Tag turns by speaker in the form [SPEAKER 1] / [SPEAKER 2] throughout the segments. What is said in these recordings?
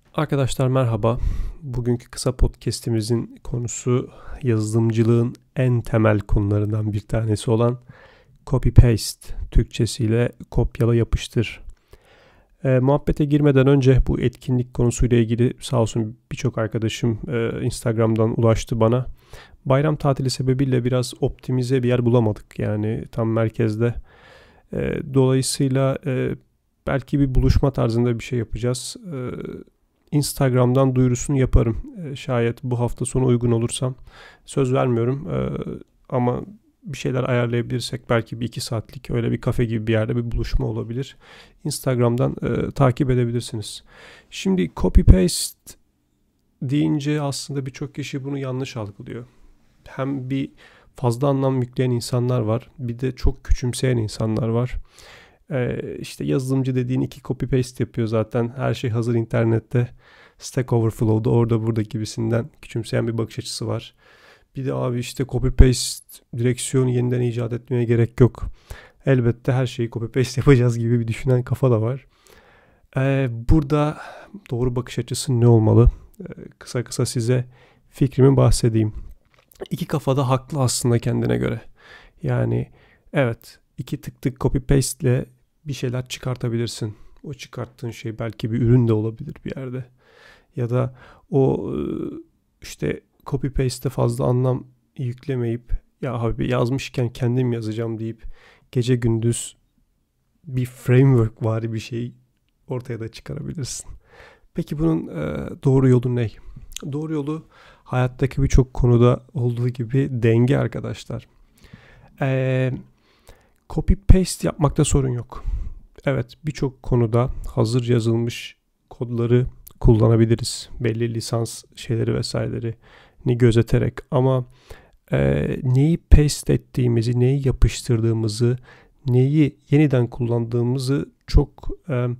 [SPEAKER 1] Arkadaşlar merhaba. Bugünkü kısa podcast'imizin konusu yazılımcılığın en temel konularından bir tanesi olan copy paste, Türkçesiyle kopyala yapıştır. Muhabbete girmeden önce bu etkinlik konusuyla ilgili sağ olsun birçok arkadaşım Instagram'dan ulaştı bana. Bayram tatili sebebiyle biraz optimize bir yer bulamadık, yani tam merkezde. Dolayısıyla belki bir buluşma tarzında bir şey yapacağız. Instagram'dan duyurusunu yaparım. Şayet bu hafta sonu uygun olursam. Söz vermiyorum. Ama bir şeyler ayarlayabilirsek belki bir iki saatlik öyle bir kafe gibi bir yerde bir buluşma olabilir. Instagram'dan takip edebilirsiniz. Şimdi copy paste deyince aslında birçok kişi bunu yanlış algılıyor. Hem bir fazla anlam yükleyen insanlar var. Bir de çok küçümseyen insanlar var. İşte yazılımcı dediğin iki copy paste yapıyor zaten. Her şey hazır internette. Stack Overflow'da orada burada gibisinden küçümseyen bir bakış açısı var. Bir de abi işte copy paste direksiyonu yeniden icat etmeye gerek yok. Elbette her şeyi copy paste yapacağız gibi bir düşünen kafa da var. Burada doğru bakış açısı ne olmalı? Kısa kısa size fikrimi bahsedeyim. İki kafa da haklı aslında kendine göre. Yani evet, iki tık tık copy paste ile bir şeyler çıkartabilirsin. O çıkarttığın şey belki bir ürün de olabilir bir yerde. Ya da o işte copy paste'e fazla anlam yüklemeyip ya abi yazmışken kendim yazacağım deyip gece gündüz bir framework vari bir şey ortaya da çıkarabilirsin. Peki bunun doğru yolu ne? Doğru yolu hayattaki birçok konuda olduğu gibi denge arkadaşlar. Copy paste yapmakta sorun yok. Evet, birçok konuda hazır yazılmış kodları kullanabiliriz. Belli lisans şeyleri vesaireleri gözeterek, ama neyi paste ettiğimizi, neyi yapıştırdığımızı, neyi yeniden kullandığımızı çok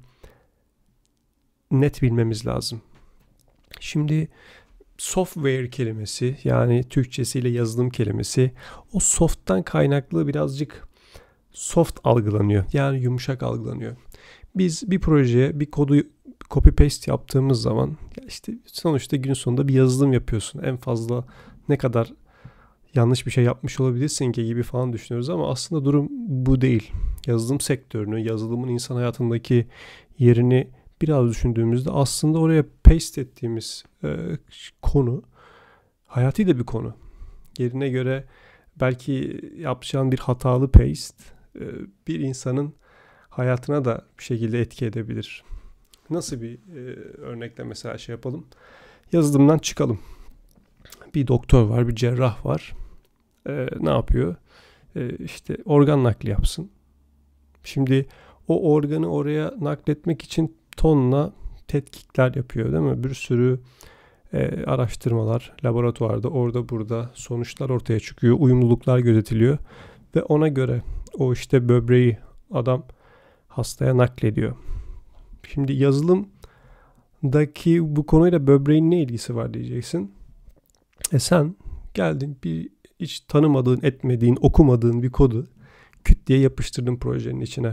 [SPEAKER 1] net bilmemiz lazım. Şimdi software kelimesi, yani Türkçesiyle yazılım kelimesi, o soft'tan kaynaklı birazcık soft algılanıyor. Yani yumuşak algılanıyor. Biz bir projeye bir kodu copy paste yaptığımız zaman işte sonuçta gün sonunda bir yazılım yapıyorsun. En fazla ne kadar yanlış bir şey yapmış olabilirsin ki gibi falan düşünüyoruz, ama aslında durum bu değil. Yazılım sektörünü, yazılımın insan hayatındaki yerini biraz düşündüğümüzde aslında oraya paste ettiğimiz konu hayati de bir konu. Yerine göre belki yapacağın bir hatalı paste bir insanın hayatına da bir şekilde etki edebilir. Nasıl bir örnekle mesela şey yapalım? Yazılımdan çıkalım. Bir doktor var, bir cerrah var. Ne yapıyor? İşte organ nakli yapsın. Şimdi o organı oraya nakletmek için tonla tetkikler yapıyor, değil mi? Bir sürü araştırmalar, laboratuvarda, orada burada sonuçlar ortaya çıkıyor. Uyumluluklar gözetiliyor. Ve ona göre o işte böbreği adam hastaya naklediyor. Şimdi yazılımdaki bu konuyla böbreğin ne ilgisi var diyeceksin. Sen geldin bir hiç tanımadığın, etmediğin, okumadığın bir kodu küt diye yapıştırdın projenin içine.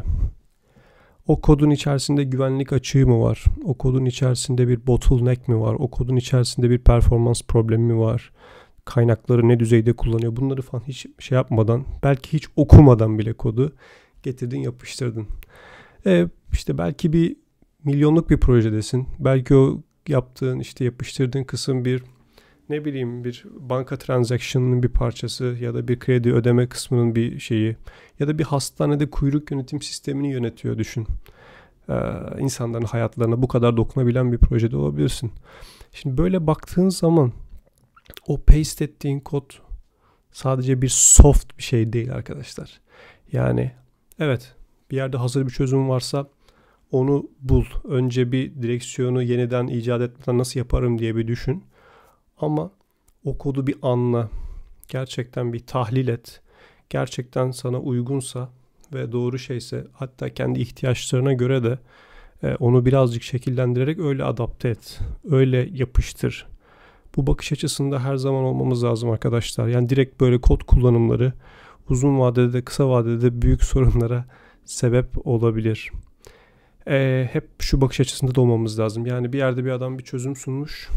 [SPEAKER 1] O kodun içerisinde güvenlik açığı mı var? O kodun içerisinde bir bottleneck mi var? O kodun içerisinde bir performans problemi mi var? Kaynakları ne düzeyde kullanıyor? Bunları falan hiç şey yapmadan, belki hiç okumadan bile kodu getirdin, yapıştırdın. İşte belki bir milyonluk bir projedesin. Belki o yaptığın, işte yapıştırdığın kısım bir bir banka transaction'ının bir parçası ya da bir kredi ödeme kısmının bir şeyi ya da bir hastanede kuyruk yönetim sistemini yönetiyor düşün. İnsanların hayatlarına bu kadar dokunabilen bir projede olabilirsin. Şimdi böyle baktığın zaman o paste ettiğin kod sadece bir soft bir şey değil arkadaşlar. Yani evet, bir yerde hazır bir çözüm varsa onu bul. Önce bir direksiyonu yeniden icat etmeden nasıl yaparım diye bir düşün. Ama o kodu bir anla. Gerçekten bir tahlil et. Gerçekten sana uygunsa ve doğru şeyse, hatta kendi ihtiyaçlarına göre de onu birazcık şekillendirerek öyle adapte et. Öyle yapıştır. Bu bakış açısında her zaman olmamız lazım arkadaşlar. Yani direkt böyle kod kullanımları uzun vadede de kısa vadede de büyük sorunlara sebep olabilir. Hep şu bakış açısında da olmamız lazım. Yani bir yerde bir adam bir çözüm sunmuş.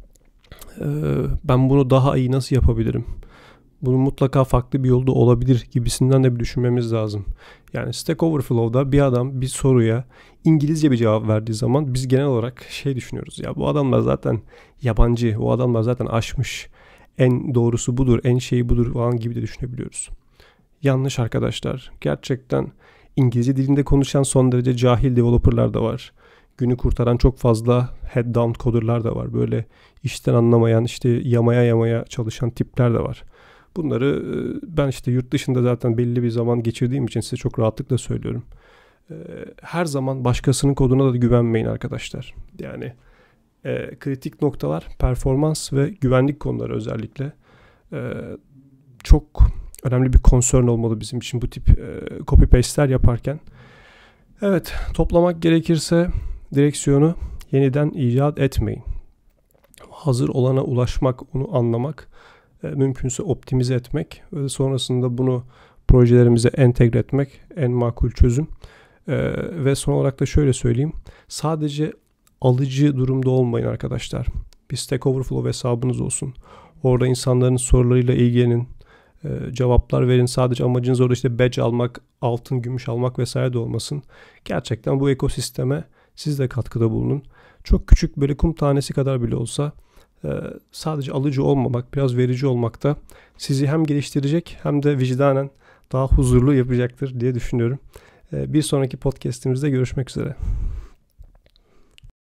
[SPEAKER 1] Ben bunu daha iyi nasıl yapabilirim? Bunun mutlaka farklı bir yolda olabilir gibisinden de bir düşünmemiz lazım. Yani Stack Overflow'da bir adam bir soruya İngilizce bir cevap verdiği zaman biz genel olarak düşünüyoruz. Ya bu adamlar zaten yabancı, o adamlar zaten aşmış. En doğrusu budur, en şeyi budur falan gibi de düşünebiliyoruz. Yanlış arkadaşlar. Gerçekten İngilizce dilinde konuşan son derece cahil developerlar da var. Günü kurtaran çok fazla head down coder'lar da var. Böyle işten anlamayan, yamaya çalışan tipler de var. Bunları ben yurt dışında zaten belli bir zaman geçirdiğim için size çok rahatlıkla söylüyorum. Her zaman başkasının koduna da güvenmeyin arkadaşlar. Yani kritik noktalar, performans ve güvenlik konuları özellikle çok önemli bir concern olmalı bizim için bu tip copy paste'ler yaparken. Evet, toplamak gerekirse direksiyonu yeniden icat etmeyin. Hazır olana ulaşmak, onu anlamak, mümkünse optimize etmek ve sonrasında bunu projelerimize entegre etmek en makul çözüm. Ve son olarak da şöyle söyleyeyim. Sadece alıcı durumda olmayın arkadaşlar. Bir Stack Overflow hesabınız olsun. Orada insanların sorularıyla ilgilenin. Cevaplar verin. Sadece amacınız orada badge almak, altın, gümüş almak vesaire de olmasın. Gerçekten bu ekosisteme siz de katkıda bulunun. Çok küçük böyle kum tanesi kadar bile olsa sadece alıcı olmamak, biraz verici olmak da sizi hem geliştirecek hem de vicdanen daha huzurlu yapacaktır diye düşünüyorum. Bir sonraki podcast'imizde görüşmek üzere.